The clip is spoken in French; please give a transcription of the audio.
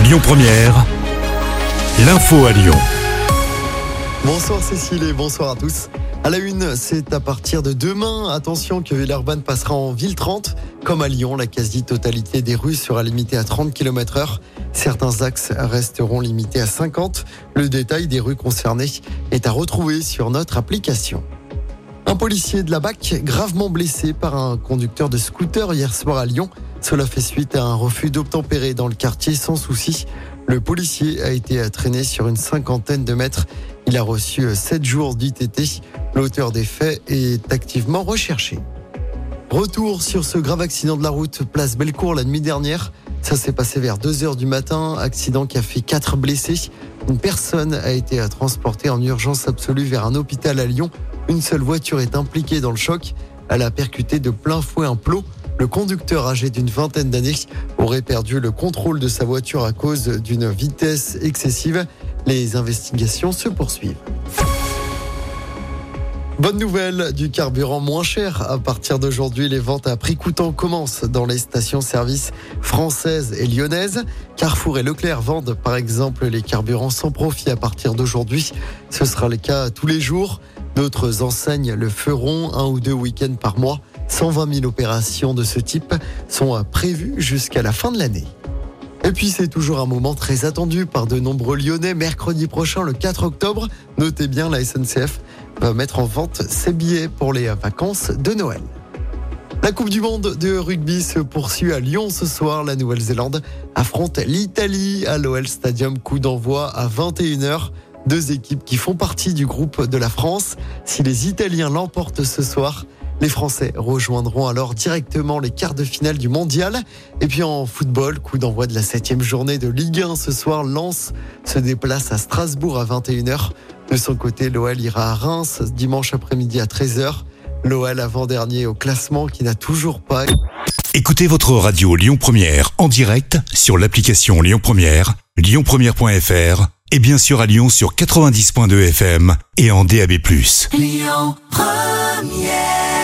Lyon Première, l'info à Lyon. Bonsoir Cécile et bonsoir à tous. À la une, c'est à partir de demain. Attention que Villeurbanne passera en ville 30. Comme à Lyon, la quasi-totalité des rues sera limitée à 30 km/h. Certains axes resteront limités à 50. Le détail des rues concernées est à retrouver sur notre application. Un policier de la BAC gravement blessé par un conducteur de scooter hier soir à Lyon. Cela fait suite à un refus d'obtempérer dans le quartier Sans Souci. Le policier a été traîné sur une cinquantaine de mètres. Il a reçu 7 jours d'ITT. L'auteur des faits est activement recherché. Retour sur ce grave accident de la route place Bellecour la nuit dernière. Ça s'est passé vers 2h du matin. Accident qui a fait 4 blessés. Une personne a été transportée en urgence absolue vers un hôpital à Lyon. Une seule voiture est impliquée dans le choc. Elle a percuté de plein fouet un plot. Le conducteur âgé d'une vingtaine d'années aurait perdu le contrôle de sa voiture à cause d'une vitesse excessive. Les investigations se poursuivent. Bonne nouvelle, du carburant moins cher. À partir d'aujourd'hui, les ventes à prix coûtant commencent dans les stations-service françaises et lyonnaises. Carrefour et Leclerc vendent par exemple les carburants sans profit à partir d'aujourd'hui. Ce sera le cas tous les jours. D'autres enseignes le feront 1 ou 2 week-ends par mois. 120 000 opérations de ce type sont prévues jusqu'à la fin de l'année. Et puis c'est toujours un moment très attendu par de nombreux Lyonnais. Mercredi prochain, le 4 octobre, notez bien, la SNCF va mettre en vente ses billets pour les vacances de Noël. La Coupe du Monde de rugby se poursuit à Lyon ce soir. La Nouvelle-Zélande affronte l'Italie à l'OL Stadium. Coup d'envoi à 21h. 2 équipes qui font partie du groupe de la France. Si les Italiens l'emportent ce soir, les Français rejoindront alors directement les quarts de finale du Mondial. Et puis en football, coup d'envoi de la 7e journée de Ligue 1 ce soir. Lens se déplace à Strasbourg à 21h. De son côté, l'OL ira à Reims dimanche après-midi à 13h. L'OL avant-dernier au classement qui n'a toujours pas... Écoutez votre radio Lyon Première en direct sur l'application Lyon Première, lyonpremière.fr et bien sûr à Lyon sur 90.2 FM et en DAB+. Lyon Première.